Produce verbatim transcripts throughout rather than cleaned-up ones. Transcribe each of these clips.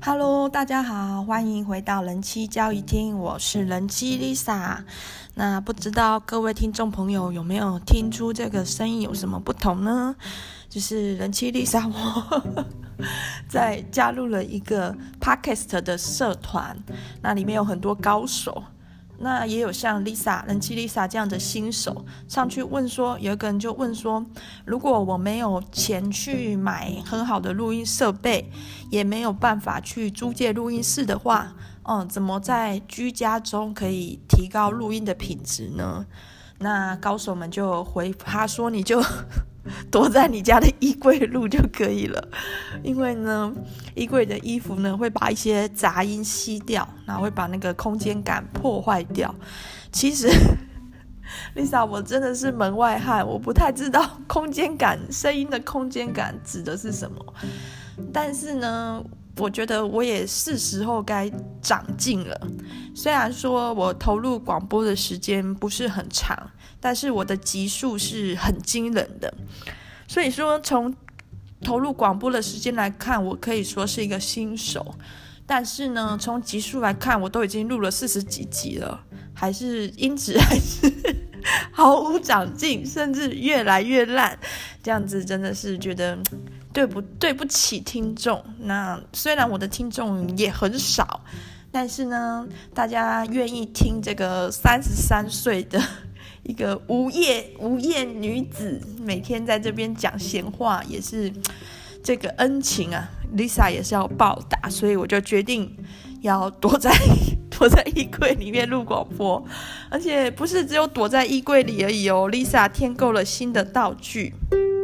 Hello， 大家好，欢迎回到人妻交易厅，我是人妻 Lisa。那不知道各位听众朋友有没有听出这个声音有什么不同呢？就是人妻 Lisa 我在加入了一个 Podcast 的社团，那里面有很多高手。那也有像 Lisa 人妻 Lisa 这样的新手上去问说，有一个人就问说，如果我没有钱去买很好的录音设备，也没有办法去租借录音室的话，嗯，怎么在居家中可以提高录音的品质呢？那高手们就回他说，你就躲在你家的衣柜录就可以了，因为呢衣柜的衣服呢会把一些杂音吸掉，然后会把那个空间感破坏掉。其实 Lisa 我真的是门外汉，我不太知道空间感声音的空间感指的是什么，但是呢我觉得我也是时候该长进了。虽然说我投入广播的时间不是很长，但是我的集数是很惊人的。所以说从投入广播的时间来看，我可以说是一个新手。但是呢从集数来看，我都已经录了四十几集了，还是音质还是毫无长进，甚至越来越烂。这样子真的是觉得对不对不起听众。那虽然我的听众也很少，但是呢大家愿意听这个三十三岁的一个无业无业女子每天在这边讲闲话，也是这个恩情啊 Lisa 也是要报答，所以我就决定要躲在躲在衣柜里面录广播。而且不是只有躲在衣柜里而已哦， Lisa 添购了新的道具。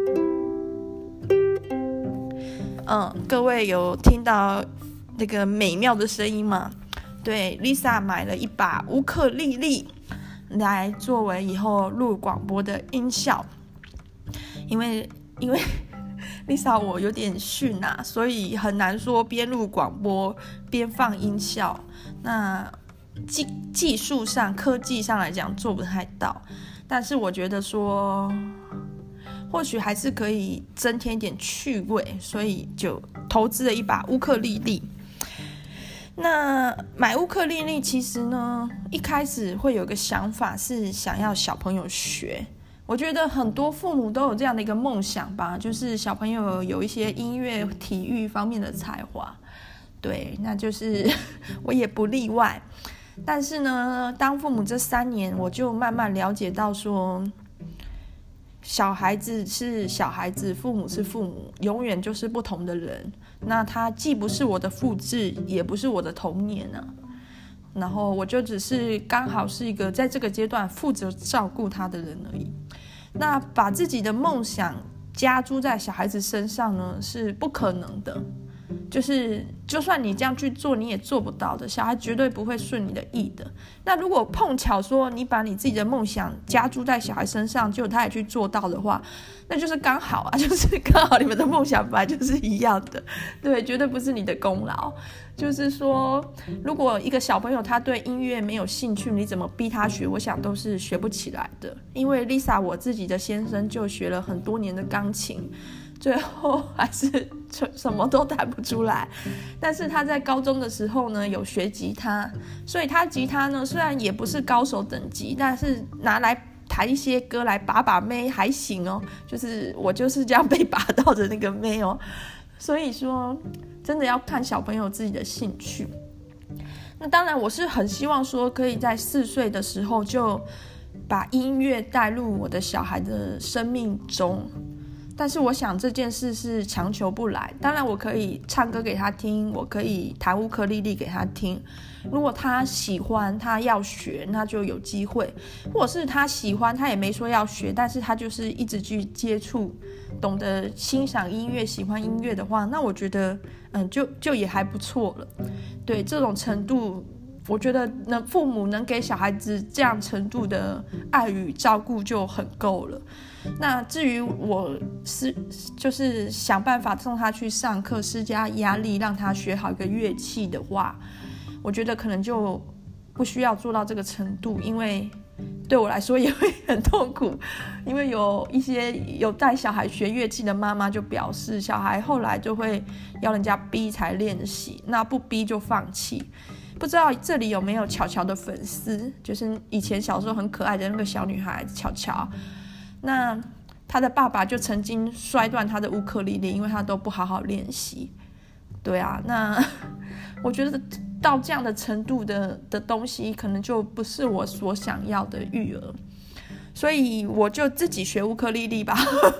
嗯，各位有听到那个美妙的声音吗？对， Lisa 买了一把乌克丽丽来作为以后录广播的音效。因为因为 Lisa 我有点逊啊，所以很难说边录广播边放音效。那技技术上科技上来讲做不太到，但是我觉得说或许还是可以增添一点趣味，所以就投资了一把乌克丽丽。那买乌克丽丽其实呢一开始会有个想法是想要小朋友学，我觉得很多父母都有这样的一个梦想吧，就是小朋友有一些音乐体育方面的才华。对，那就是我也不例外。但是呢当父母这三年，我就慢慢了解到说，小孩子是小孩子，父母是父母，永远就是不同的人。那他既不是我的复制，也不是我的童年啊。然后我就只是刚好是一个在这个阶段负责照顾他的人而已。那把自己的梦想加诸在小孩子身上呢，是不可能的。就是就算你这样去做，你也做不到的，小孩绝对不会顺你的意的。那如果碰巧说你把你自己的梦想加诸在小孩身上，结果他也去做到的话，那就是刚好啊，就是刚好你们的梦想本来就是一样的。对，绝对不是你的功劳。就是说如果一个小朋友他对音乐没有兴趣，你怎么逼他学，我想都是学不起来的。因为 Lisa 我自己的先生就学了很多年的钢琴，最后还是什么都弹不出来。但是他在高中的时候呢有学吉他，所以他吉他呢虽然也不是高手等级，但是拿来弹一些歌来把把妹还行哦。就是我就是这样被把到的那个妹哦。所以说真的要看小朋友自己的兴趣。那当然我是很希望说可以在四岁的时候就把音乐带入我的小孩的生命中，但是我想这件事是强求不来。当然我可以唱歌给他听，我可以弹乌克丽丽给他听，如果他喜欢他要学，那就有机会。或者是他喜欢他也没说要学，但是他就是一直去接触，懂得欣赏音乐，喜欢音乐的话，那我觉得嗯，就就也还不错了。对，这种程度我觉得能父母能给小孩子这样程度的爱与照顾就很够了。那至于我是就是想办法送他去上课，施加压力让他学好一个乐器的话，我觉得可能就不需要做到这个程度。因为对我来说也会很痛苦，因为有一些有带小孩学乐器的妈妈就表示，小孩后来就会要人家逼才练习，那不逼就放弃。不知道这里有没有巧巧的粉丝，就是以前小时候很可爱的那个小女孩巧巧，那她的爸爸就曾经摔断她的乌克丽丽，因为她都不好好练习。对啊，那我觉得到这样的程度的的东西，可能就不是我所想要的育儿，所以我就自己学乌克丽丽吧，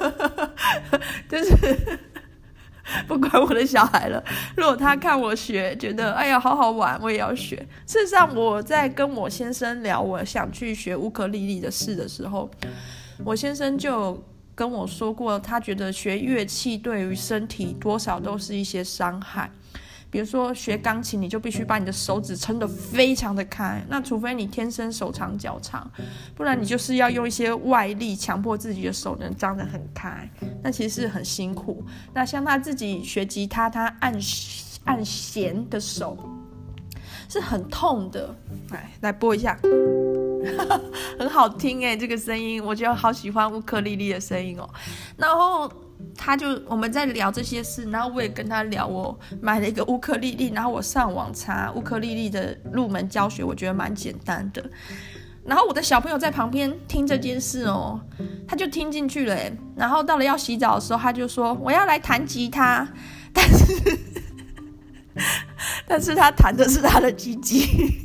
就是不管我的小孩了。如果他看我学，觉得哎呀好好玩，我也要学。事实上，我在跟我先生聊我想去学乌克丽丽的事的时候，我先生就跟我说过，他觉得学乐器对于身体多少都是一些伤害。比如说学钢琴，你就必须把你的手指撑得非常的开，那除非你天生手长脚长，不然你就是要用一些外力强迫自己的手能张得很开，那其实是很辛苦。那像他自己学吉他，他按按弦的手是很痛的。来来播一下很好听耶，这个声音我觉得好喜欢乌克丽丽的声音哦。然后他就我们在聊这些事，然后我也跟他聊我买了一个乌克丽丽，然后我上网查乌克丽丽的入门教学，我觉得蛮简单的。然后我的小朋友在旁边听这件事哦，他就听进去了耶。然后到了要洗澡的时候，他就说我要来弹吉他，但是但是他弹的是他的鸡鸡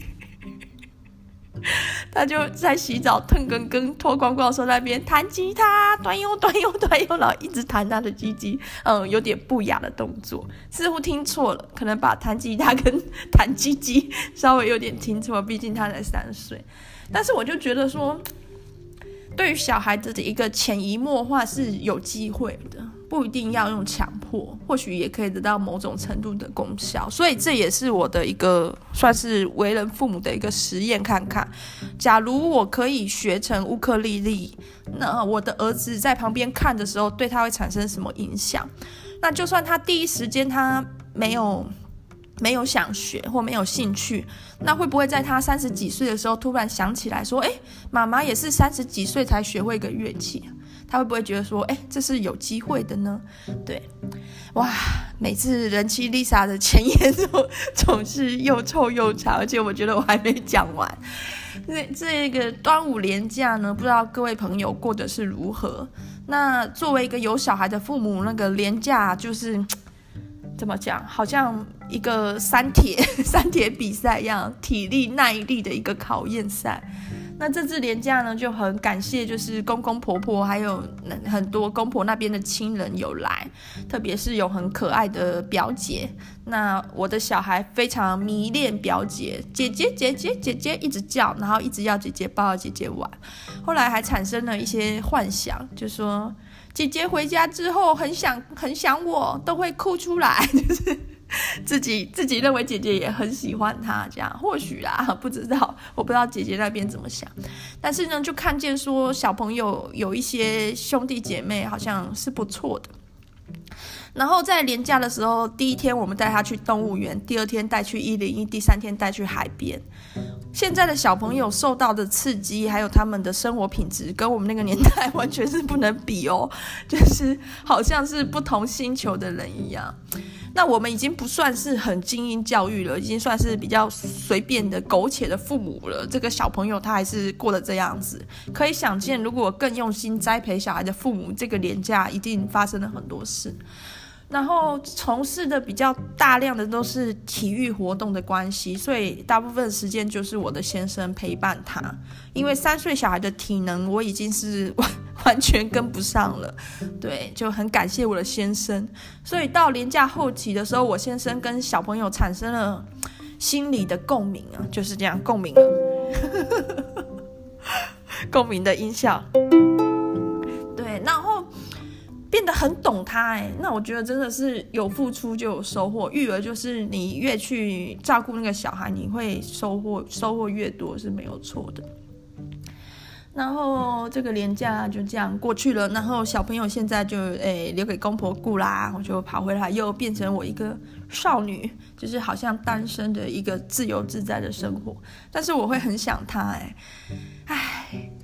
他就在洗澡腾更更脱光光的时候在那边弹吉他，端悠端悠端悠，然后一直弹他的鸡鸡，嗯，有点不雅的动作，似乎听错了，可能把弹吉他跟弹鸡鸡稍微有点听错，毕竟他才三岁。但是我就觉得说，对于小孩子的一个潜移默化是有机会的，不一定要用强迫，或许也可以得到某种程度的功效。所以这也是我的一个算是为人父母的一个实验看看，假如我可以学成乌克丽丽，那我的儿子在旁边看的时候对他会产生什么影响。那就算他第一时间他没有没有想学或没有兴趣，那会不会在他三十几岁的时候突然想起来说，哎，妈妈也是三十几岁才学会一个乐器，他会不会觉得说，哎，这是有机会的呢？对，哇，每次人妻 Lisa 的前言总总是又臭又长，而且我觉得我还没讲完。这这个端午连假呢，不知道各位朋友过得是如何？那作为一个有小孩的父母，那个连假就是怎么讲，好像一个三铁三铁比赛一样，体力耐力的一个考验赛。那这次连假呢，就很感谢就是公公婆婆还有很多公婆那边的亲人有来，特别是有很可爱的表姐。那我的小孩非常迷恋表姐，姐姐姐姐姐姐一直叫，然后一直要姐姐抱姐姐玩。后来还产生了一些幻想，就说姐姐回家之后很想很想我，都会哭出来，就是自己自己认为姐姐也很喜欢她，这样或许啦，不知道，我不知道姐姐那边怎么想。但是呢，就看见说小朋友有一些兄弟姐妹好像是不错的。然后在连假的时候，第一天我们带他去动物园，第二天带去一零一，第三天带去海边。现在的小朋友受到的刺激还有他们的生活品质跟我们那个年代完全是不能比哦，就是好像是不同星球的人一样。那我们已经不算是很精英教育了，已经算是比较随便的苟且的父母了，这个小朋友他还是过得这样子。可以想见，如果更用心栽培小孩的父母，这个连假一定发生了很多事。然后从事的比较大量的都是体育活动的关系，所以大部分时间就是我的先生陪伴他，因为三岁小孩的体能我已经是完完全跟不上了，对，就很感谢我的先生。所以到连假后期的时候，我先生跟小朋友产生了心理的共鸣啊，就是这样共鸣了共鸣的音效，对，然后变得很懂他，哎，那我觉得真的是有付出就有收获。育儿就是你越去照顾那个小孩，你会收获收获越多是没有错的。然后这个连假就这样过去了，然后小朋友现在就诶留给公婆顾啦，我就跑回来，又变成我一个少女，就是好像单身的一个自由自在的生活。但是我会很想他，哎，唉，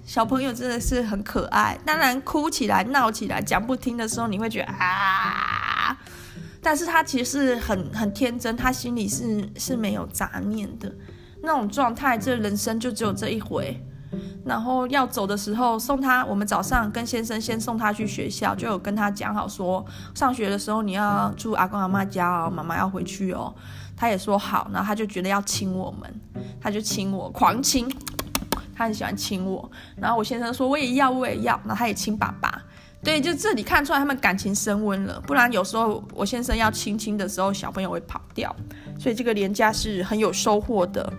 小朋友真的是很可爱。当然哭起来闹起来讲不听的时候你会觉得啊，但是他其实是很很天真，他心里是是没有杂念的那种状态，这人生就只有这一回。然后要走的时候送他，我们早上跟先生先送他去学校，就有跟他讲好说上学的时候你要住阿公阿嬷家哦，妈妈要回去哦。他也说好，然后他就觉得要亲我们，他就亲我，狂亲，他很喜欢亲我。然后我先生说我也要我也要，然后他也亲爸爸。对，就这里看出来他们感情升温了，不然有时候我先生要亲亲的时候小朋友会跑掉，所以这个连假是很有收获的。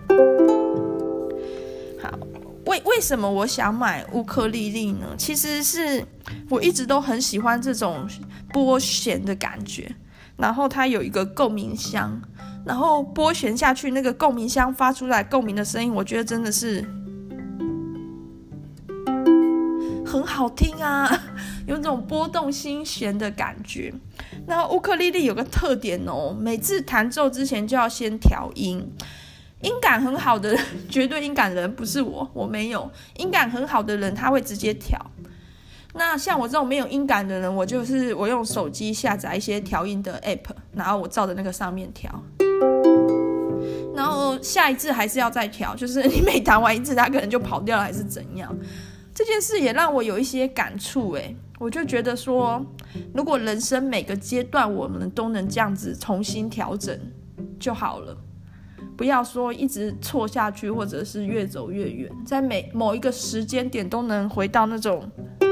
好，为为什么我想买乌克丽丽呢？其实是我一直都很喜欢这种拨弦的感觉，然后它有一个共鸣箱，然后拨弦下去那个共鸣箱发出来共鸣的声音，我觉得真的是很好听啊，有种拨动心弦的感觉。那乌克丽丽有个特点哦，每次弹奏之前就要先调音。音感很好的人，绝对音感的人不是我，我没有音感很好的人他会直接调。那像我这种没有音感的人，我就是我用手机下载一些调音的 app， 然后我照着那个上面调，然后下一次还是要再调，就是你每弹完一次他可能就跑掉了还是怎样。这件事也让我有一些感触耶，我就觉得说如果人生每个阶段我们都能这样子重新调整就好了，不要说一直错下去，或者是越走越远，在每某一个时间点都能回到那种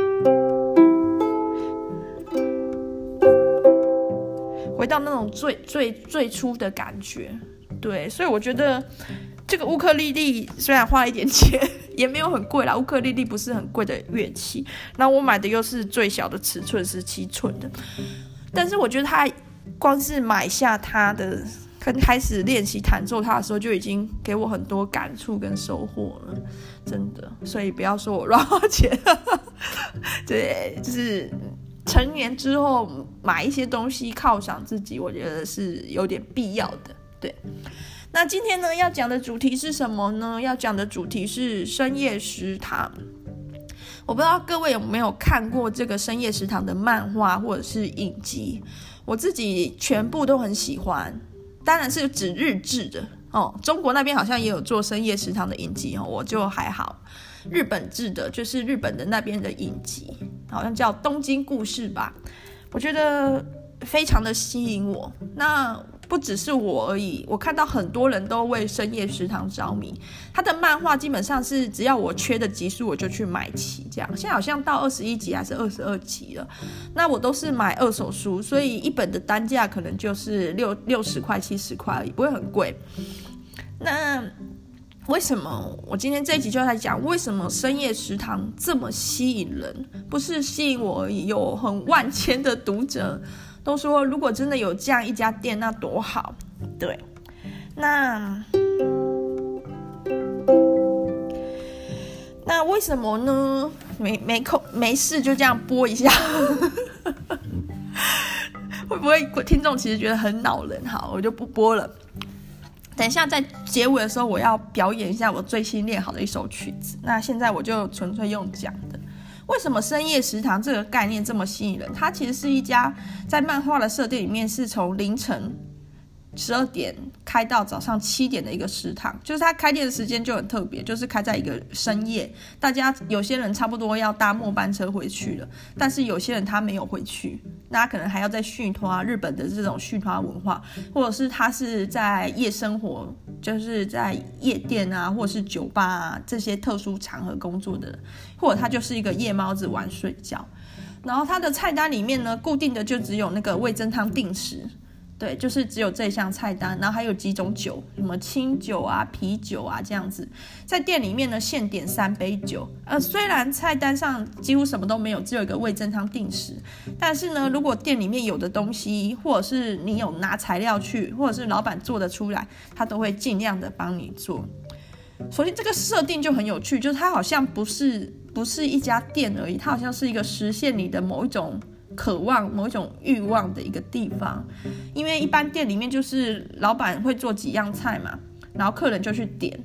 回到那种最最最初的感觉。对，所以我觉得这个乌克丽丽虽然花了一点钱，也没有很贵啦，乌克丽丽不是很贵的乐器，那我买的又是最小的尺寸，十七寸的，但是我觉得它光是买下它的跟开始练习弹奏它的时候就已经给我很多感触跟收获了，真的。所以不要说我乱花钱对，就是成年之后买一些东西犒赏自己，我觉得是有点必要的。对，那今天呢要讲的主题是什么呢？要讲的主题是深夜食堂。我不知道各位有没有看过这个深夜食堂的漫画或者是影集，我自己全部都很喜欢，当然是指日制的哦。中国那边好像也有做深夜食堂的影集哦，我就还好。日本制的就是日本的那边的影集，好像叫东京故事吧，我觉得非常的吸引我。那不只是我而已，我看到很多人都为深夜食堂着迷。他的漫画基本上是只要我缺的集数我就去买齐，这样现在好像到二十一集还是二十二集了。那我都是买二手书，所以一本的单价可能就是六六十块七十块而已，不会很贵。那为什么我今天这一集就来讲为什么深夜食堂这么吸引人？不是吸引我而已，有很万千的读者都说如果真的有这样一家店那多好。对，那那为什么呢？没没空没事就这样播一下会不会听众其实觉得很恼人？好，我就不播了。等一下在结尾的时候我要表演一下我最新练好的一首曲子，那现在我就纯粹用讲的。为什么深夜食堂这个概念这么吸引人？它其实是一家在漫画的设定里面是从凌晨十二点开到早上七点的一个食堂，就是它开店的时间就很特别，就是开在一个深夜，大家有些人差不多要搭末班车回去了，但是有些人他没有回去，那他可能还要在续托日本的这种续托文化，或者是他是在夜生活，就是在夜店啊或者是酒吧啊这些特殊场合工作的人，或者他就是一个夜猫子玩睡觉。然后他的菜单里面呢固定的就只有那个味噌汤定时，对，就是只有这一项菜单，然后还有几种酒，什么清酒啊、啤酒啊这样子。在店里面呢，限点三杯酒。呃，虽然菜单上几乎什么都没有，只有一个味噌汤定时，但是呢，如果店里面有的东西，或者是你有拿材料去，或者是老板做得出来，他都会尽量的帮你做。首先，这个设定就很有趣，就是它好像不是不是一家店而已，它好像是一个实现你的某一种渴望、某一种欲望的一个地方。因为一般店里面就是老板会做几样菜嘛，然后客人就去点，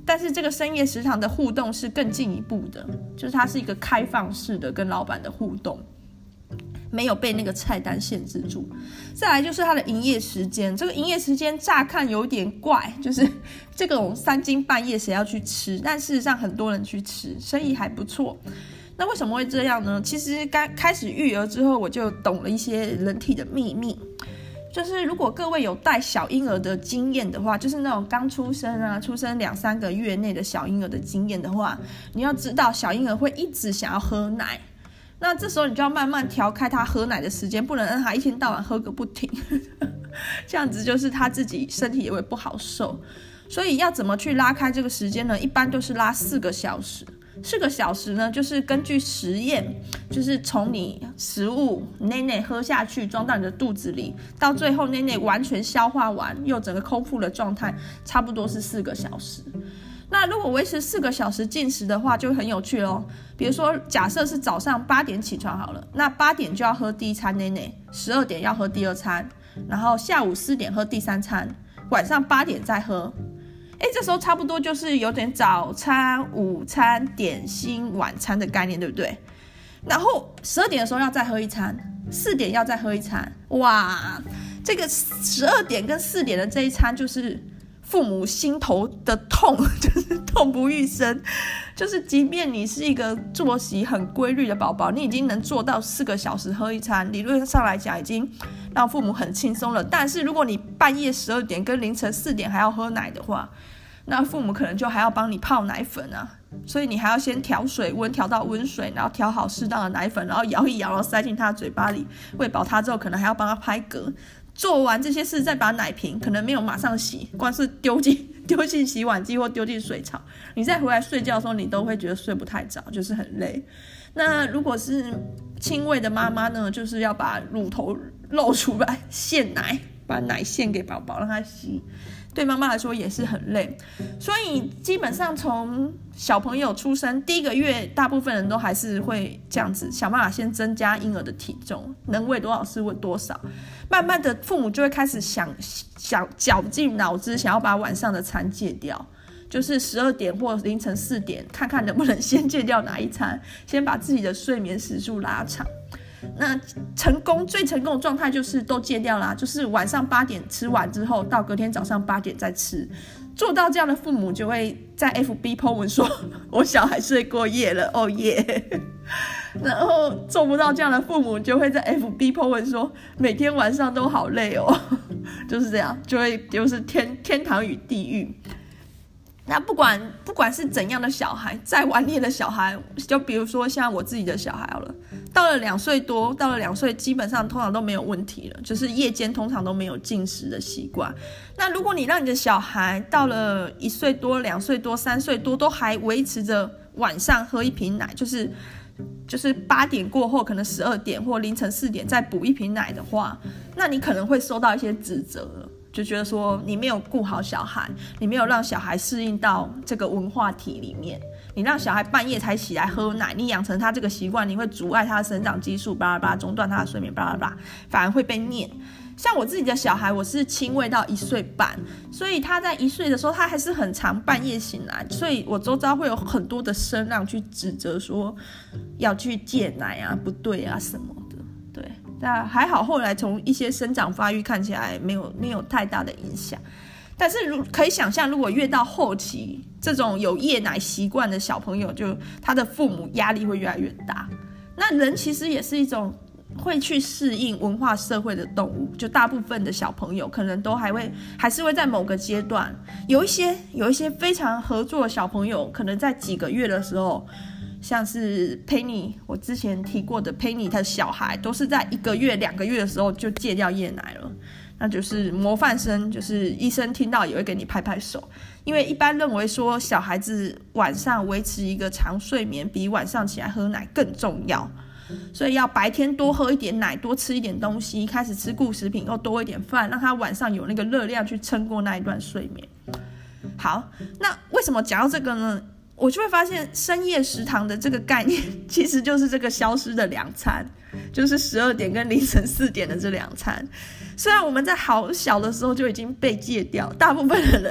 但是这个深夜食堂的互动是更进一步的，就是它是一个开放式的跟老板的互动，没有被那个菜单限制住。再来就是它的营业时间，这个营业时间乍看有点怪，就是这种三更半夜谁要去吃，但事实上很多人去吃，生意还不错。那为什么会这样呢？其实刚开始育儿之后，我就懂了一些人体的秘密。就是如果各位有带小婴儿的经验的话，就是那种刚出生啊，出生两三个月内的小婴儿的经验的话，你要知道小婴儿会一直想要喝奶，那这时候你就要慢慢调开他喝奶的时间，不能让他一天到晚喝个不停这样子就是他自己身体也会不好受。所以要怎么去拉开这个时间呢？一般都是拉四个小时。四个小时呢，就是根据实验，就是从你食物奶奶喝下去装到你的肚子里，到最后奶奶完全消化完又整个空腹的状态，差不多是四个小时。那如果维持四个小时进食的话，就很有趣咯。比如说假设是早上八点起床好了，那八点就要喝第一餐奶奶，十二点要喝第二餐，然后下午四点喝第三餐，晚上八点再喝。哎，这时候差不多就是有点早餐、午餐、点心、晚餐的概念，对不对？然后十二点的时候要再喝一餐，四点要再喝一餐。哇，这个十二点跟四点的这一餐就是父母心头的痛，就是痛不欲生。就是即便你是一个作息很规律的宝宝，你已经能做到四个小时喝一餐，理论上来讲已经让父母很轻松了。但是如果你半夜十二点跟凌晨四点还要喝奶的话，那父母可能就还要帮你泡奶粉啊，所以你还要先调水温，调到温水，然后调好适当的奶粉，然后摇一摇，然后塞进他的嘴巴里，喂饱他之后，可能还要帮他拍嗝。做完这些事，再把奶瓶可能没有马上洗，光是丢进丢进洗碗机或丢进水槽，你再回来睡觉的时候，你都会觉得睡不太着，就是很累。那如果是亲喂的妈妈呢，就是要把乳头露出来献奶，把奶献给宝宝让他吸。对妈妈来说也是很累，所以基本上从小朋友出生第一个月，大部分人都还是会这样子想办法先增加婴儿的体重，能喂多少是喂多少。慢慢的父母就会开始想想绞尽脑汁，想要把晚上的餐戒掉，就是十二点或凌晨四点，看看能不能先戒掉哪一餐，先把自己的睡眠时数拉长。那成功最成功的状态就是都戒掉啦，就是晚上八点吃完之后，到隔天早上八点再吃。做到这样的父母就会在 F B po 文说我小孩睡过夜了，哦耶。然后做不到这样的父母就会在 F B po 文说每天晚上都好累哦，就是这样，就会就是天天堂与地狱。那不管不管是怎样的小孩，再顽劣的小孩，就比如说像我自己的小孩好了，到了两岁多，到了两岁基本上通常都没有问题了，就是夜间通常都没有进食的习惯。那如果你让你的小孩到了一岁多、两岁多、三岁多都还维持着晚上喝一瓶奶，就是就是八点过后可能十二点或凌晨四点再补一瓶奶的话，那你可能会受到一些指责了。就觉得说你没有顾好小孩，你没有让小孩适应到这个文化体里面，你让小孩半夜才起来喝奶，你养成他这个习惯，你会阻碍他的生长激素，巴拉巴拉，中断他的睡眠，巴拉巴拉，反而会被念。像我自己的小孩，我是亲喂到一岁半，所以他在一岁的时候，他还是很常半夜醒来，所以我周遭会有很多的声浪去指责说要去戒奶啊，不对啊什么的，对。那还好，后来从一些生长发育看起来没有没有太大的影响，但是如可以想象，如果越到后期，这种有夜奶习惯的小朋友，就他的父母压力会越来越大。那人其实也是一种会去适应文化社会的动物，就大部分的小朋友可能都还会还是会在某个阶段，有一些有一些非常合作的小朋友，可能在几个月的时候。像是 Penny 我之前提过的 Penny 他的小孩都是在一个月两个月的时候就戒掉夜奶了，那就是模范生，就是医生听到也会给你拍拍手，因为一般认为说小孩子晚上维持一个长睡眠比晚上起来喝奶更重要，所以要白天多喝一点奶，多吃一点东西，开始吃固食品又多一点饭，让他晚上有那个热量去撑过那一段睡眠。好，那为什么讲到这个呢？我就会发现深夜食堂的这个概念其实就是这个消失的两餐，就是十二点跟凌晨四点的这两餐。虽然我们在好小的时候就已经被戒掉，大部分的人啊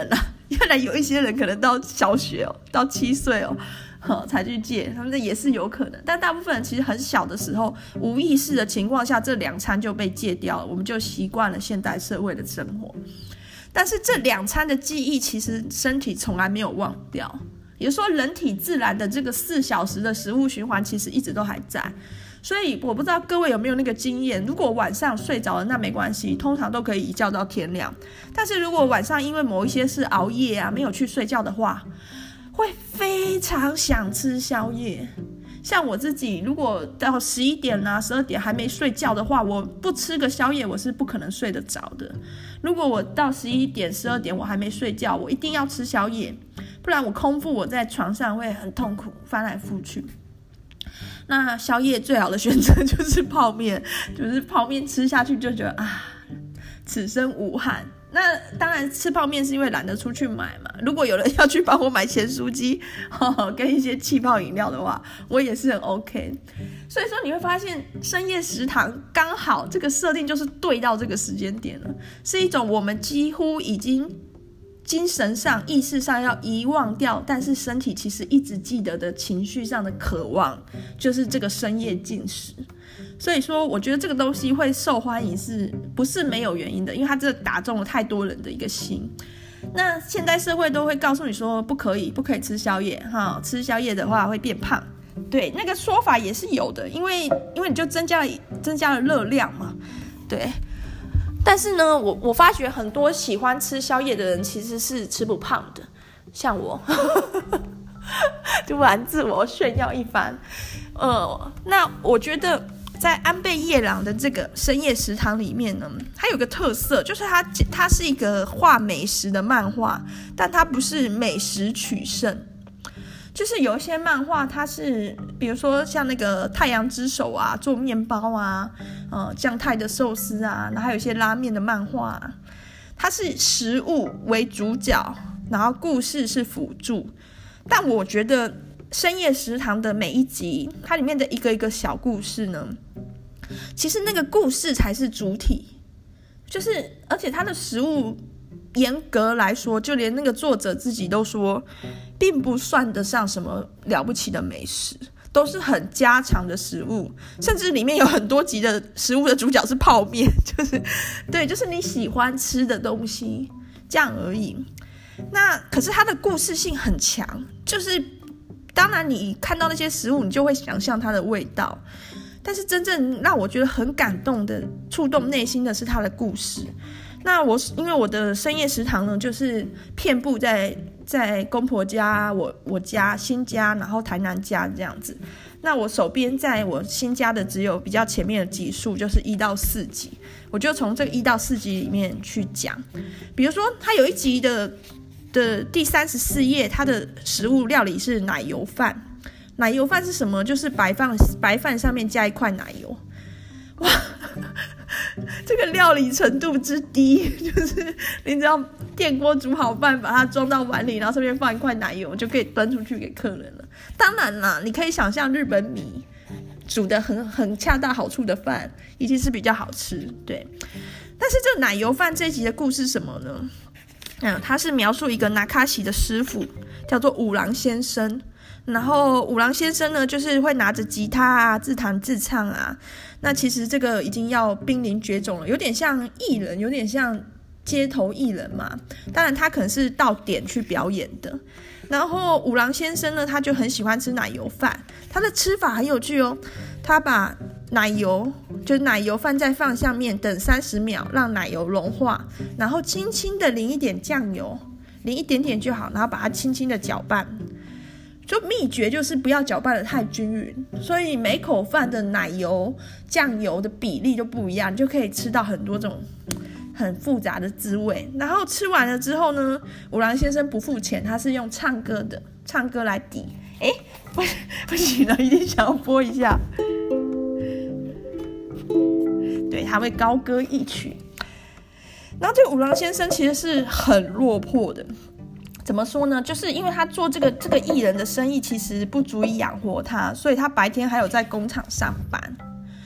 原来有一些人可能到小学哦，到七岁哦。才去戒，他们这也是有可能，但大部分人其实很小的时候，无意识的情况下，这两餐就被戒掉了，我们就习惯了现代社会的生活。但是这两餐的记忆，其实身体从来没有忘掉，也就是说，人体自然的这个四小时的食物循环，其实一直都还在。所以我不知道各位有没有那个经验，如果晚上睡着了，那没关系，通常都可以一觉到天亮。但是如果晚上因为某一些事熬夜啊，没有去睡觉的话，会非常想吃宵夜。像我自己如果到十一点啊十二点还没睡觉的话，我不吃个宵夜我是不可能睡得着的。如果我到十一点十二点我还没睡觉，我一定要吃宵夜，不然我空腹我在床上会很痛苦，翻来覆去。那宵夜最好的选择就是泡面，就是泡面吃下去就觉得啊，此生无憾。那当然吃泡面是因为懒得出去买嘛，如果有人要去帮我买咸酥鸡、哦、跟一些气泡饮料的话，我也是很 OK。 所以说你会发现深夜食堂刚好这个设定就是对到这个时间点了，是一种我们几乎已经精神上意识上要遗忘掉，但是身体其实一直记得的情绪上的渴望，就是这个深夜进食。所以说我觉得这个东西会受欢迎是不是没有原因的，因为它真的打中了太多人的一个心。那现代社会都会告诉你说不可以不可以吃宵夜、哦、吃宵夜的话会变胖，对，那个说法也是有的，因为因为你就增加了增加了热量嘛，对。但是呢我我发觉很多喜欢吃宵夜的人其实是吃不胖的，像我突然自我炫耀一番。呃，那我觉得在安倍夜郎的这个深夜食堂里面呢，它有个特色，就是它它是一个画美食的漫画，但它不是美食取胜。就是有一些漫画它是比如说像那个太阳之手啊，做面包啊，呃酱太的寿司啊，然后还有一些拉面的漫画、啊、它是食物为主角，然后故事是辅助。但我觉得深夜食堂的每一集，它里面的一个一个小故事呢，其实那个故事才是主体，就是而且它的食物严格来说，就连那个作者自己都说并不算得上什么了不起的美食，都是很家常的食物，甚至里面有很多集的食物的主角是泡面，就是对，就是你喜欢吃的东西这样而已。那可是它的故事性很强，就是当然你看到那些食物你就会想象它的味道，但是真正让我觉得很感动的触动内心的是它的故事。那我因为我的深夜食堂呢，就是遍布在在公婆家、我我家新家，然后台南家这样子。那我手边在我新家的只有比较前面的集数，就是一到四集，我就从这个一到四集里面去讲。比如说它有一集的的第三十四页，它的食物料理是奶油饭。奶油饭是什么？就是白饭白饭上面加一块奶油。哇，这个料理程度之低，就是你只要电锅煮好饭，把它装到碗里，然后上面放一块奶油，就可以端出去给客人了。当然啦，你可以想象日本米煮的很很恰到好处的饭，一定是比较好吃，对。但是这个奶油饭这一集的故事是什么呢？嗯，它是描述一个纳卡西的师傅，叫做五郎先生。然后五郎先生呢，就是会拿着吉他啊，自弹自唱啊。那其实这个已经要濒临绝种了，有点像艺人，有点像街头艺人嘛。当然他可能是到点去表演的。然后五郎先生呢，他就很喜欢吃奶油饭，他的吃法很有趣哦。他把奶油，就是奶油饭再放下面，等三十秒让奶油融化，然后轻轻的淋一点酱油，淋一点点就好，然后把它轻轻的搅拌。就秘诀就是不要搅拌得太均匀，所以每口饭的奶油酱油的比例就不一样，你就可以吃到很多种很复杂的滋味。然后吃完了之后呢，五郎先生不付钱，他是用唱歌的唱歌来抵。诶不不行了，一定想要播一下。对，他会高歌一曲。然后这个五郎先生其实是很落魄的，怎么说呢？就是因为他做这个这个艺人的生意，其实不足以养活他，所以他白天还有在工厂上班。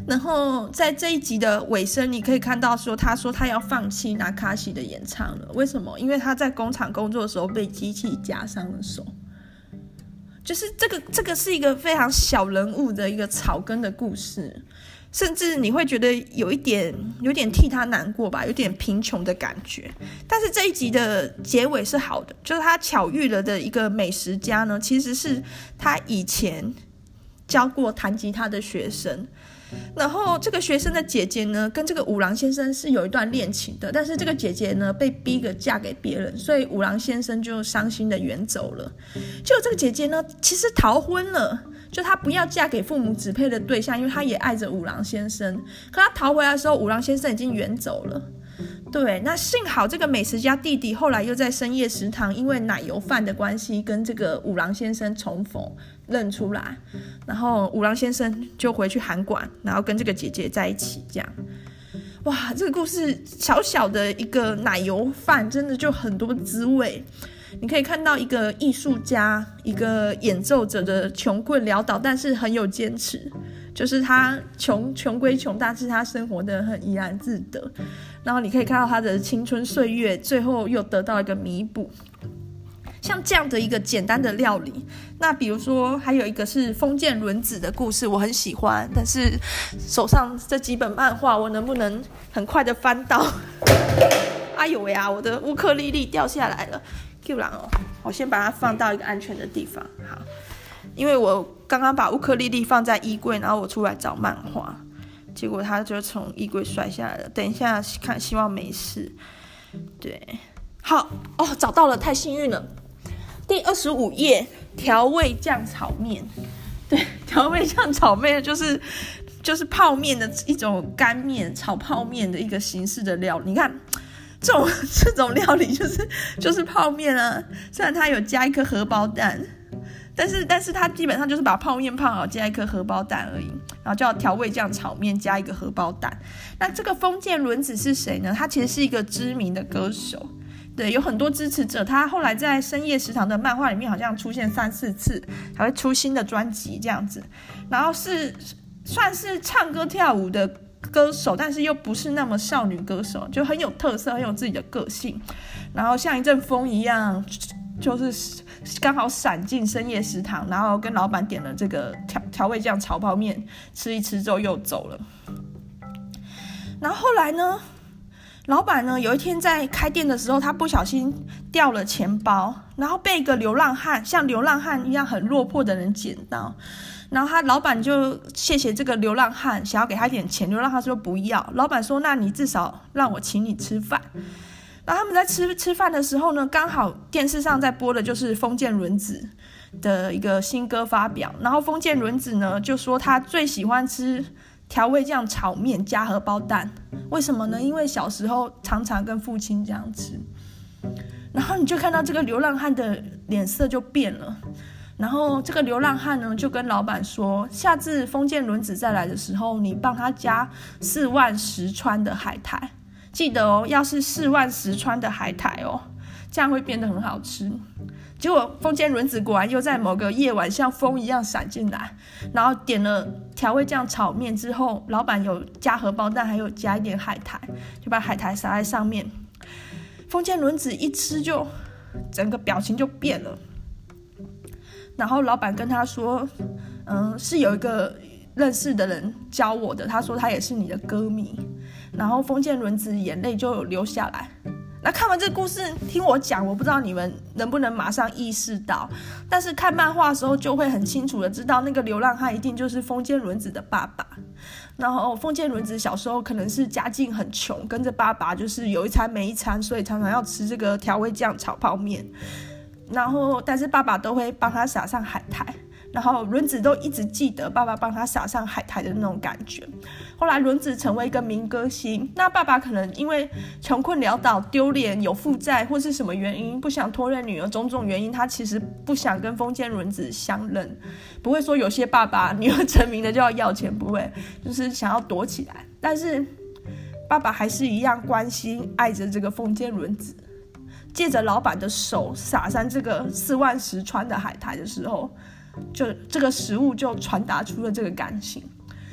然后在这一集的尾声，你可以看到说，他说他要放弃纳卡西的演唱了。为什么？因为他在工厂工作的时候被机器夹伤了手。就是这个，这个是一个非常小人物的一个草根的故事，甚至你会觉得有一点，有点替他难过吧，有点贫穷的感觉。但是这一集的结尾是好的，就是他巧遇了的一个美食家呢，其实是他以前教过弹吉他的学生。然后这个学生的姐姐呢，跟这个五郎先生是有一段恋情的，但是这个姐姐呢被逼着嫁给别人，所以五郎先生就伤心的远走了。结果这个姐姐呢，其实逃婚了，就她不要嫁给父母指配的对象，因为她也爱着五郎先生。可她逃回来的时候，五郎先生已经远走了。对，那幸好这个美食家弟弟后来又在深夜食堂因为奶油饭的关系跟这个五郎先生重逢，认出来，然后五郎先生就回去韩馆，然后跟这个姐姐在一起，这样。哇，这个故事小小的一个奶油饭真的就很多滋味。你可以看到一个艺术家，一个演奏者的穷困潦倒，但是很有坚持，就是他穷穷归穷，但是他生活得很怡然自得。然后你可以看到他的青春岁月最后又得到一个弥补。像这样的一个简单的料理，那比如说还有一个是封建轮子的故事，我很喜欢，但是手上这几本漫画我能不能很快的翻到？哎呦喂啊，我的乌克丽丽掉下来了。Q 郎哦，我先把它放到一个安全的地方。好，因为我刚刚把乌克丽丽放在衣柜，然后我出来找漫画，结果它就从衣柜摔下来了。等一下看，希望没事。对，好哦，找到了，太幸运了。第二十五页，调味酱炒面。对，调味酱炒面就是就是泡面的一种干面，炒泡面的一个形式的料理。你看。这种这种料理就是就是泡面啊，虽然它有加一颗荷包蛋，但是但是它基本上就是把泡面泡好加一颗荷包蛋而已，然后叫调味酱炒面加一个荷包蛋。那这个封建轮子是谁呢？他其实是一个知名的歌手，对，有很多支持者。他后来在深夜食堂的漫画里面好像出现三四次，还会出新的专辑这样子。然后是算是唱歌跳舞的歌手，但是又不是那么少女歌手，就很有特色，很有自己的个性，然后像一阵风一样，就是刚好闪进深夜食堂，然后跟老板点了这个调调味酱炒泡面，吃一吃之后又走了。然后后来呢，老板呢有一天在开店的时候，他不小心掉了钱包，然后被一个流浪汉，像流浪汉一样很落魄的人捡到。然后他老板就谢谢这个流浪汉，想要给他一点钱，流浪汉说不要。老板说那你至少让我请你吃饭。然后他们在吃吃饭的时候呢，刚好电视上在播的就是封建轮子的一个新歌发表，然后封建轮子呢就说他最喜欢吃调味酱炒面加荷包蛋。为什么呢？因为小时候常常跟父亲这样吃。然后你就看到这个流浪汉的脸色就变了，然后这个流浪汉呢就跟老板说，下次封建轮子再来的时候，你帮他加四万石川的海苔，记得哦，要是四万石川的海苔哦，这样会变得很好吃。结果封建轮子果然又在某个夜晚像风一样闪进来，然后点了调味酱炒面之后，老板有加荷包蛋，还有加一点海苔，就把海苔撒在上面。封建轮子一吃就整个表情就变了，然后老板跟他说，嗯，是有一个认识的人教我的，他说他也是你的歌迷。然后封建轮子眼泪就流下来。那看完这个故事，听我讲，我不知道你们能不能马上意识到，但是看漫画的时候就会很清楚的知道，那个流浪汉一定就是封建轮子的爸爸。然后封建轮子小时候可能是家境很穷，跟着爸爸就是有一餐没一餐，所以常常要吃这个调味酱炒泡面。然后但是爸爸都会帮他撒上海苔，然后轮子都一直记得爸爸帮他撒上海苔的那种感觉。后来轮子成为一个民歌星，那爸爸可能因为穷困潦倒、丢脸、有负债或是什么原因不想拖累女儿，种种原因他其实不想跟封建轮子相认。不会说有些爸爸女儿成名了就要要钱，不会，就是想要躲起来。但是爸爸还是一样关心爱着这个封建轮子，借着老板的手撒上这个四万石川的海苔的时候，就这个食物就传达出了这个感情。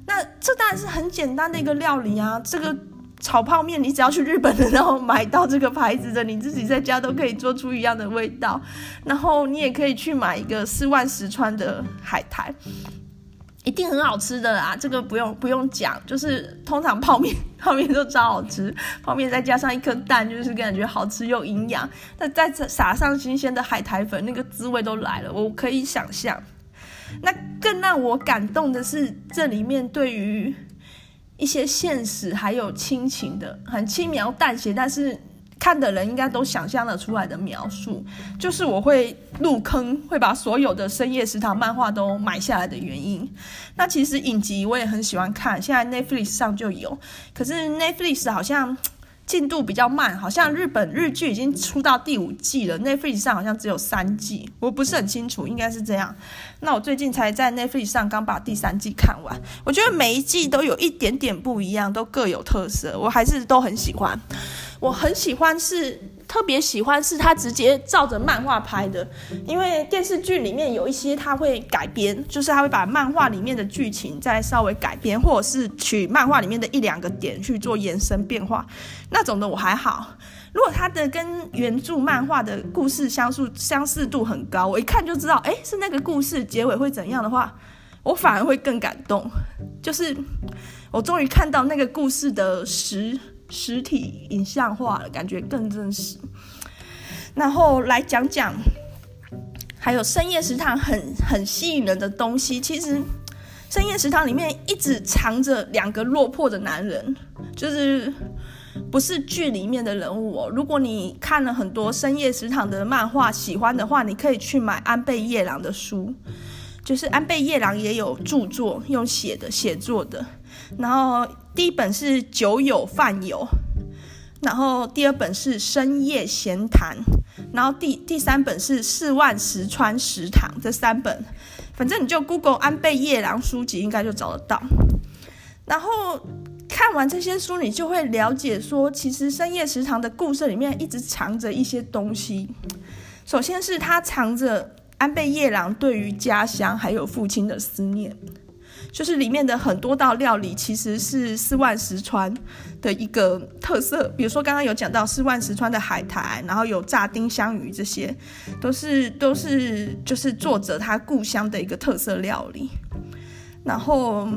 那这当然是很简单的一个料理啊，这个炒泡面你只要去日本的然后买到这个牌子的，你自己在家都可以做出一样的味道。然后你也可以去买一个四万石川的海苔，一定很好吃的啦，这个不用不用讲，就是通常泡面泡面都超好吃，泡面再加上一颗蛋，就是感觉好吃又营养，那再撒上新鲜的海苔粉，那个滋味都来了，我可以想象。那更让我感动的是，这里面对于一些现实还有亲情的很轻描淡写，但是看的人应该都想象得出来的描述，就是我会入坑，会把所有的深夜食堂漫画都买下来的原因。那其实影集我也很喜欢看，现在 Netflix 上就有，可是 Netflix 好像进度比较慢，好像日本日剧已经出到第五季了， Netflix 上好像只有三季，我不是很清楚，应该是这样。那我最近才在 Netflix 上刚把第三季看完，我觉得每一季都有一点点不一样，都各有特色，我还是都很喜欢。我很喜欢是特别喜欢是他直接照着漫画拍的，因为电视剧里面有一些他会改编，就是他会把漫画里面的剧情再稍微改编，或者是取漫画里面的一两个点去做延伸变化，那种的我还好。如果他的跟原著漫画的故事相似相似度很高，我一看就知道，哎，是那个故事结尾会怎样的话，我反而会更感动，就是我终于看到那个故事的实实体影像化了，感觉更真实。然后来讲讲还有深夜食堂很很吸引人的东西，其实深夜食堂里面一直藏着两个落魄的男人，就是不是剧里面的人物哦。如果你看了很多深夜食堂的漫画喜欢的话，你可以去买安倍夜郎的书，就是安倍夜郎也有著作用写的写作的，然后第一本是酒友饭友，然后第二本是深夜闲谈，然后 第, 第三本是四万石川食堂，这三本反正你就 Google 安倍夜郎书籍应该就找得到。然后看完这些书，你就会了解说，其实深夜食堂的故事里面一直藏着一些东西。首先是它藏着安倍夜郎对于家乡还有父亲的思念，就是里面的很多道料理其实是四万石川的一个特色，比如说刚刚有讲到四万石川的海苔，然后有炸丁香鱼，这些都是都是就是作者他故乡的一个特色料理。然后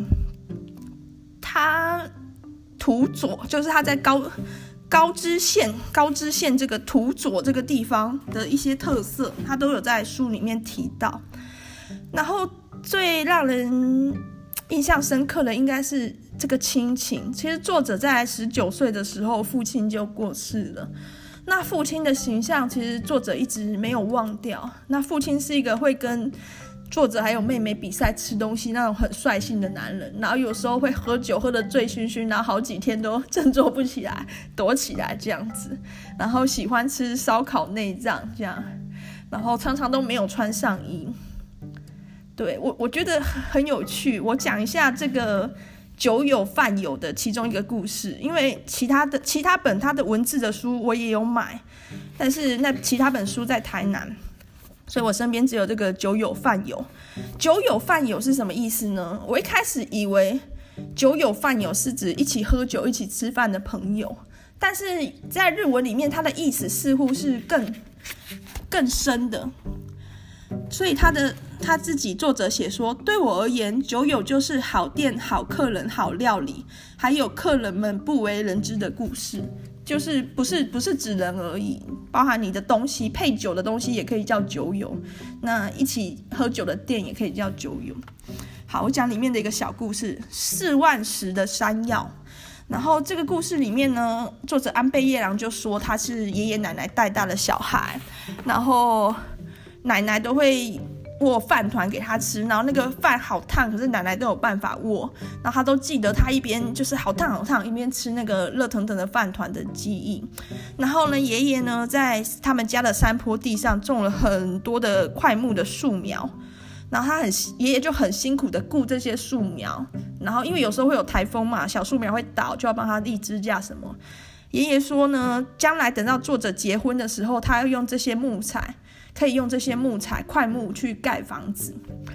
他土佐，就是他在高高知县高知县这个土佐这个地方的一些特色，他都有在书里面提到。然后最让人印象深刻的应该是这个亲情，其实作者在十九岁的时候父亲就过世了，那父亲的形象其实作者一直没有忘掉。那父亲是一个会跟作者还有妹妹比赛吃东西那种很率性的男人，然后有时候会喝酒喝得醉醺醺，然后好几天都振作不起来，躲起来这样子，然后喜欢吃烧烤内脏这样，然后常常都没有穿上衣。对，我我觉得很有趣，我讲一下这个酒友饭友的其中一个故事，因为其他的其他本他的文字的书我也有买，但是那其他本书在台南，所以我身边只有这个酒友饭友。酒友饭友是什么意思呢？我一开始以为酒友饭友是指一起喝酒一起吃饭的朋友，但是在日文里面它的意思似乎是更更深的。所以他的他自己作者写说，对我而言，酒友就是好店、好客人、好料理，还有客人们不为人知的故事，就是不是不是指人而已，包含你的东西，配酒的东西也可以叫酒友，那一起喝酒的店也可以叫酒友。好，我讲里面的一个小故事，四万石的山药。然后这个故事里面呢，作者安倍夜郎就说他是爷爷奶奶带大的小孩，然后奶奶都会握饭团给他吃，然后那个饭好烫，可是奶奶都有办法握，然后他都记得他一边就是好烫好烫，一边吃那个热腾腾的饭团的记忆。然后呢，爷爷呢在他们家的山坡地上种了很多的块木的树苗，然后他很爷爷就很辛苦的顾这些树苗，然后因为有时候会有台风嘛，小树苗会倒，就要帮他立支架什么。爷爷说呢，将来等到作者结婚的时候，他要用这些木材可以用这些木材块木去盖房子。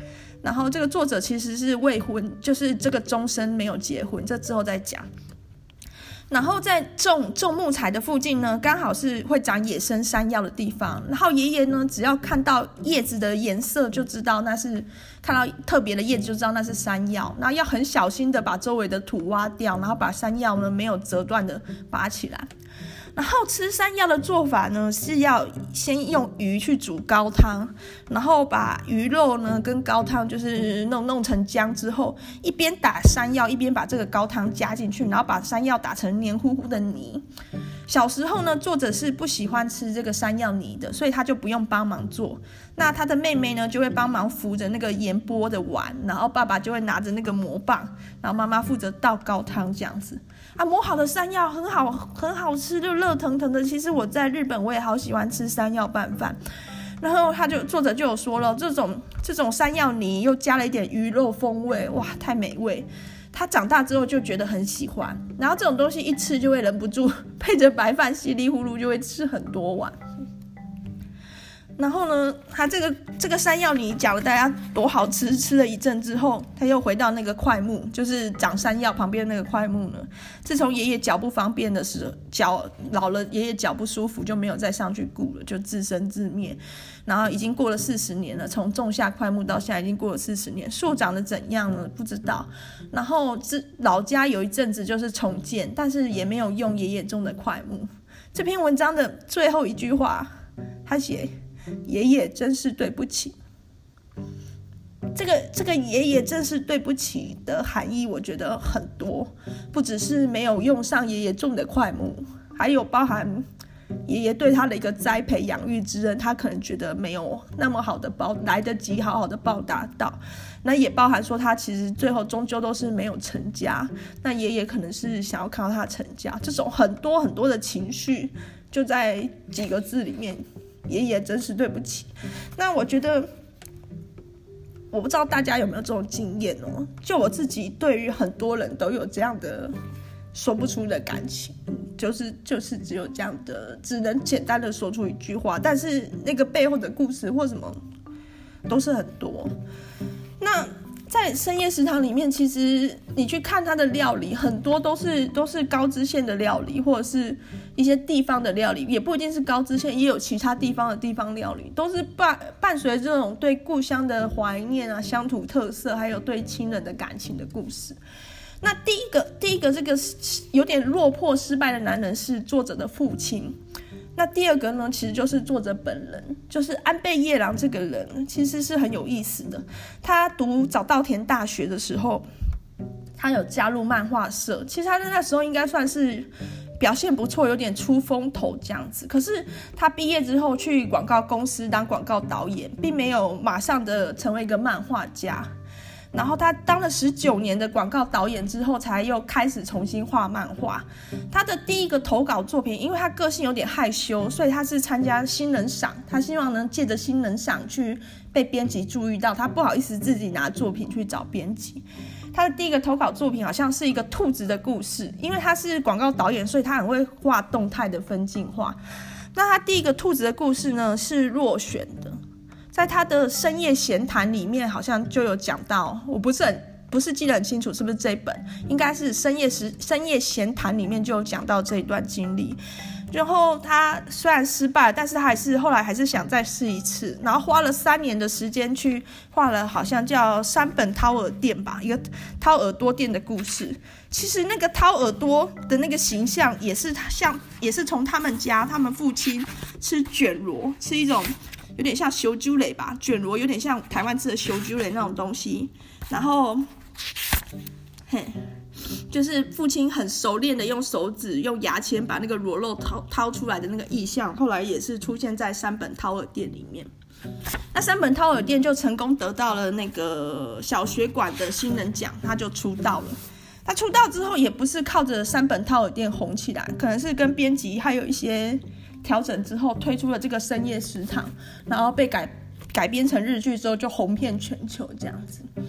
然后这个作者其实是未婚，就是这个终身没有结婚，这之后再讲。然后在种种木材的附近呢，刚好是会长野生山药的地方。然后爷爷呢，只要看到叶子的颜色就知道那是看到特别的叶子就知道那是山药。然后要很小心的把周围的土挖掉，然后把山药呢没有折断的拔起来。然后吃山药的做法呢，是要先用鱼去煮高汤，然后把鱼肉呢跟高汤就是弄弄成浆之后，一边打山药一边把这个高汤加进去，然后把山药打成黏糊糊的泥。小时候呢，作者是不喜欢吃这个山药泥的，所以他就不用帮忙做。那他的妹妹呢，就会帮忙扶着那个盐钵的碗，然后爸爸就会拿着那个磨棒，然后妈妈负责倒高汤这样子。啊，磨好的山药很好，很好吃，就热腾腾的。其实我在日本我也好喜欢吃山药拌饭。然后他就作者就有说了，这种这种山药泥又加了一点鱼肉风味，哇，太美味。他长大之后就觉得很喜欢，然后这种东西一吃就会忍不住配着白饭稀里糊涂就会吃很多碗。然后呢，他这个这个山药泥讲了大家多好吃，吃了一阵之后，他又回到那个块木，就是长山药旁边那个块木呢。自从爷爷脚不方便的时候，脚老了，爷爷脚不舒服，就没有再上去顾了，就自生自灭。然后已经过了四十年了，从种下块木到现在已经过了四十年，树长得怎样呢？不知道。然后老家有一阵子就是重建，但是也没有用爷爷种的块木。这篇文章的最后一句话，他写。爷爷真是对不起。这个这个爷爷真是对不起的含义我觉得很多，不只是没有用上爷爷种的块木，还有包含爷爷对他的一个栽培养育之恩，他可能觉得没有那么好的报来得及好好的报答到。那也包含说他其实最后终究都是没有成家，那爷爷可能是想要看到他成家，这种很多很多的情绪就在几个字里面，爷爷真是对不起。那我觉得我不知道大家有没有这种经验哦，就我自己对于很多人都有这样的说不出的感情，就是就是只有这样的，只能简单的说出一句话，但是那个背后的故事或什么都是很多。那在深夜食堂里面，其实你去看它的料理，很多都是都是高知县的料理，或者是一些地方的料理，也不一定是高知县，也有其他地方的地方料理，都是伴伴随这种对故乡的怀念啊、乡土特色，还有对亲人的感情的故事。那第一个第一个这个有点落魄失败的男人是作者的父亲。那第二个呢，其实就是作者本人，就是安倍夜郎这个人，其实是很有意思的。他读早稻田大学的时候，他有加入漫画社，其实他在那时候应该算是表现不错，有点出风头这样子。可是他毕业之后去广告公司当广告导演，并没有马上的成为一个漫画家。然后他当了十九年的广告导演之后，才又开始重新画漫画。他的第一个投稿作品，因为他个性有点害羞，所以他是参加新人赏，他希望能借着新人赏去被编辑注意到，他不好意思自己拿作品去找编辑。他的第一个投稿作品好像是一个兔子的故事，因为他是广告导演，所以他很会画动态的分镜画。那他第一个兔子的故事呢，是落选的。在他的深夜闲谈里面好像就有讲到，我不是很不是记得很清楚是不是这一本，应该是深夜时深夜闲谈里面就有讲到这一段经历。然后他虽然失败，但是他还是后来还是想再试一次，然后花了三年的时间去画了好像叫山本掏耳店吧，一个掏耳朵店的故事。其实那个掏耳朵的那个形象也是像也是从他们家他们父亲吃卷螺，是一种有点像烧酒类吧，卷螺有点像台湾吃的烧酒类那种东西。然后嘿就是父亲很熟练的用手指用牙签把那个螺肉 掏, 掏出来的那个意象，后来也是出现在山本掏耳店里面。那山本掏耳店就成功得到了那个小学馆的新人奖，他就出道了。他出道之后也不是靠着山本掏耳店红起来，可能是跟编辑还有一些调整之后推出了这个深夜食堂，然后被改改编成日剧之后就红遍全球这样子。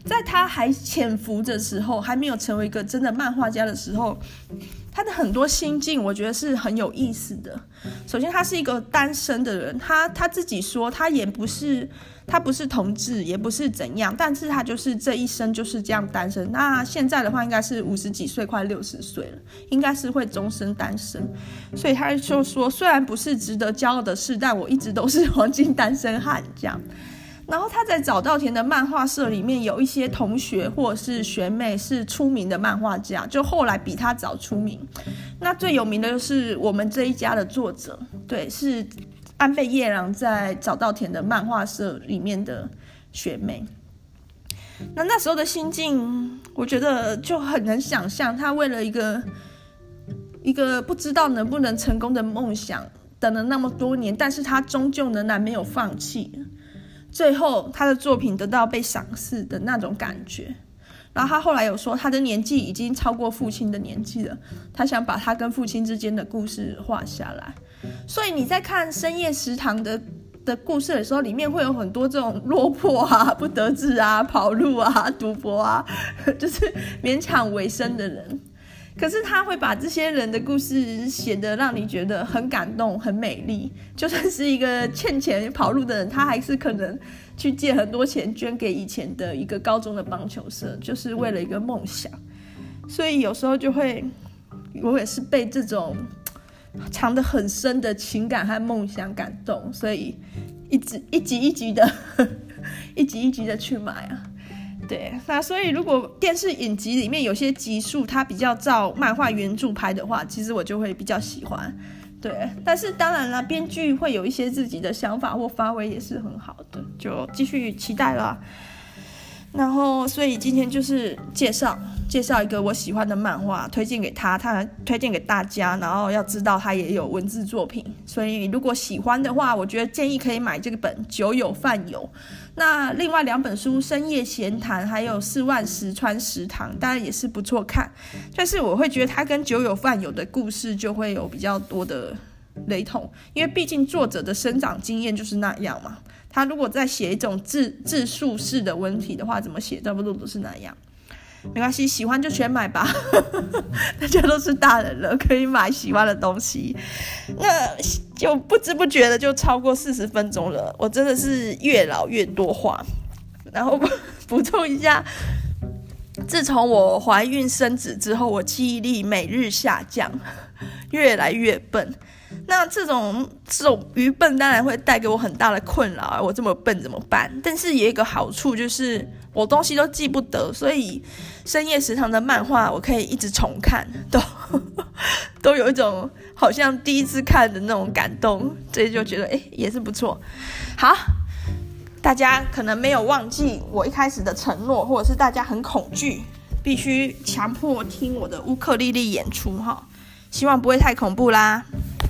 在他还潜伏的时候，还没有成为一个真的漫画家的时候，他的很多心境我觉得是很有意思的。首先他是一个单身的人，他他自己说他也不是他不是同志，也不是怎样，但是他就是这一生就是这样单身。那现在的话应该是五十几岁快六十岁了，应该是会终身单身。所以他就说虽然不是值得骄傲的事，但我一直都是黄金单身汉这样。然后他在早稻田的漫画社里面有一些同学或者是学妹是出名的漫画家，就后来比他早出名。那最有名的就是我们这一家的作者，对，是安倍夜郎在早稻田的漫画社里面的学妹。那那时候的心境我觉得就很能想象，他为了一个一个不知道能不能成功的梦想等了那么多年，但是他终究仍然没有放弃，最后他的作品得到被赏识的那种感觉。然后他后来有说他的年纪已经超过父亲的年纪了，他想把他跟父亲之间的故事画下来。所以你在看深夜食堂的的故事的时候，里面会有很多这种落魄啊、不得志啊、跑路啊、赌博啊，就是勉强为生的人。可是他会把这些人的故事写得让你觉得很感动、很美丽。就算是一个欠钱跑路的人，他还是可能去借很多钱捐给以前的一个高中的棒球社，就是为了一个梦想。所以有时候就会，我也是被这种藏得很深的情感和梦想感动，所以一直一集一集的一集一集的去买啊。对，那所以如果电视影集里面有些集数它比较照漫画原著拍的话，其实我就会比较喜欢。对，但是当然啦，编剧会有一些自己的想法或发挥也是很好的，就继续期待啦。然后所以今天就是介绍介绍一个我喜欢的漫画，推荐给他，他推荐给大家，然后要知道他也有文字作品，所以如果喜欢的话，我觉得建议可以买这个本《酒友饭友》。那另外两本书《深夜闲谈》还有《四万石川食堂》当然也是不错看，但是我会觉得他跟《酒友饭友》的故事就会有比较多的雷同，因为毕竟作者的生长经验就是那样嘛。他如果再写一种自自述式的文体的话，怎么写差不多都是那样。没关系，喜欢就全买吧大家都是大人了，可以买喜欢的东西。那就不知不觉的就超过四十分钟了，我真的是越老越多话。然后补充一下，自从我怀孕生子之后，我记忆力每日下降，越来越笨。那这种这种愚笨当然会带给我很大的困扰，我这么笨怎么办？但是也有一个好处，就是我东西都记不得，所以深夜食堂的漫画我可以一直重看，都都有一种好像第一次看的那种感动，所以就觉得哎也是不错。好，大家可能没有忘记我一开始的承诺，或者是大家很恐惧，必须强迫听我的乌克丽丽演出哈，希望不会太恐怖啦。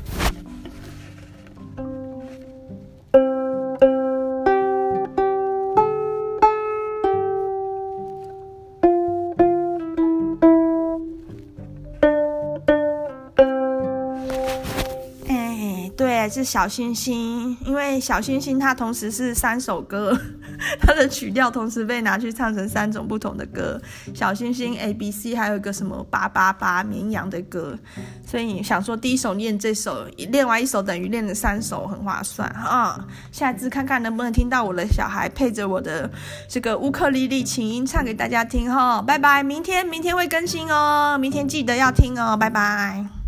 对，是小星星，因为小星星它同时是三首歌，它的曲调同时被拿去唱成三种不同的歌，小星星 A B C 还有一个什么八八八绵羊的歌，所以想说第一首练这首，练完一首等于练了三首，很划算啊！下次看看能不能听到我的小孩配着我的这个乌克丽丽琴音唱给大家听哈，拜拜，明天明天会更新哦，明天记得要听哦，拜拜。